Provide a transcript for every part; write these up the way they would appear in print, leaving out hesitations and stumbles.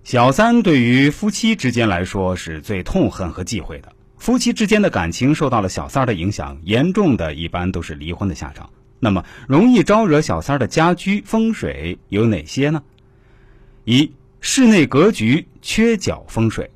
小三对于夫妻之间来说是最痛恨和忌讳的，夫妻之间的感情受到了小三的影响，严重的一般都是离婚的下场。那么容易招惹小三的家居风水有哪些呢？一、室内格局缺角风水。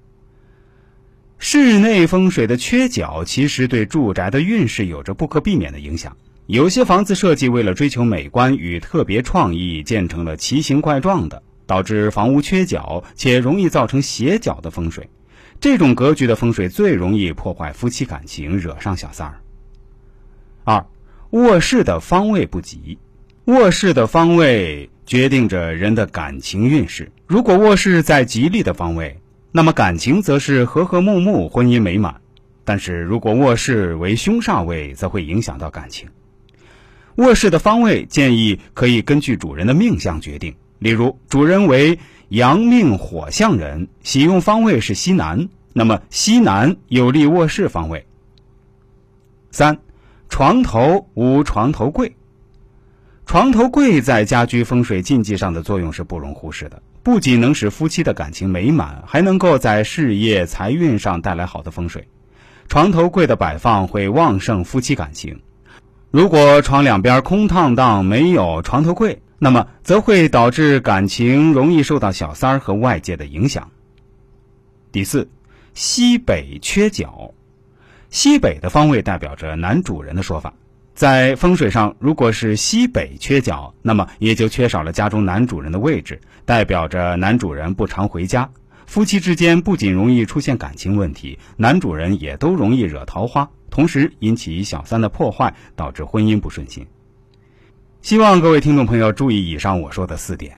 室内风水的缺角其实对住宅的运势有着不可避免的影响。有些房子设计为了追求美观与特别创意，建成了奇形怪状的，导致房屋缺角且容易造成斜角的风水。这种格局的风水最容易破坏夫妻感情，惹上小三儿。二、卧室的方位不吉。卧室的方位决定着人的感情运势，如果卧室在吉利的方位，那么感情则是和和睦睦，婚姻美满。但是如果卧室为凶煞位，则会影响到感情。卧室的方位建议可以根据主人的命相决定，例如主人为阳命火象人，喜用方位是西南，那么西南有利卧室方位。三、床头无床头柜。床头柜在家居风水禁忌上的作用是不容忽视的，不仅能使夫妻的感情美满，还能够在事业财运上带来好的风水。床头柜的摆放会旺盛夫妻感情。如果床两边空荡荡没有床头柜，那么则会导致感情容易受到小三儿和外界的影响。第四，西北缺角。西北的方位代表着男主人的说法，在风水上，如果是西北缺角，那么也就缺少了家中男主人的位置，代表着男主人不常回家。夫妻之间不仅容易出现感情问题，男主人也都容易惹桃花，同时引起小三的破坏，导致婚姻不顺心。希望各位听众朋友注意以上我说的4点。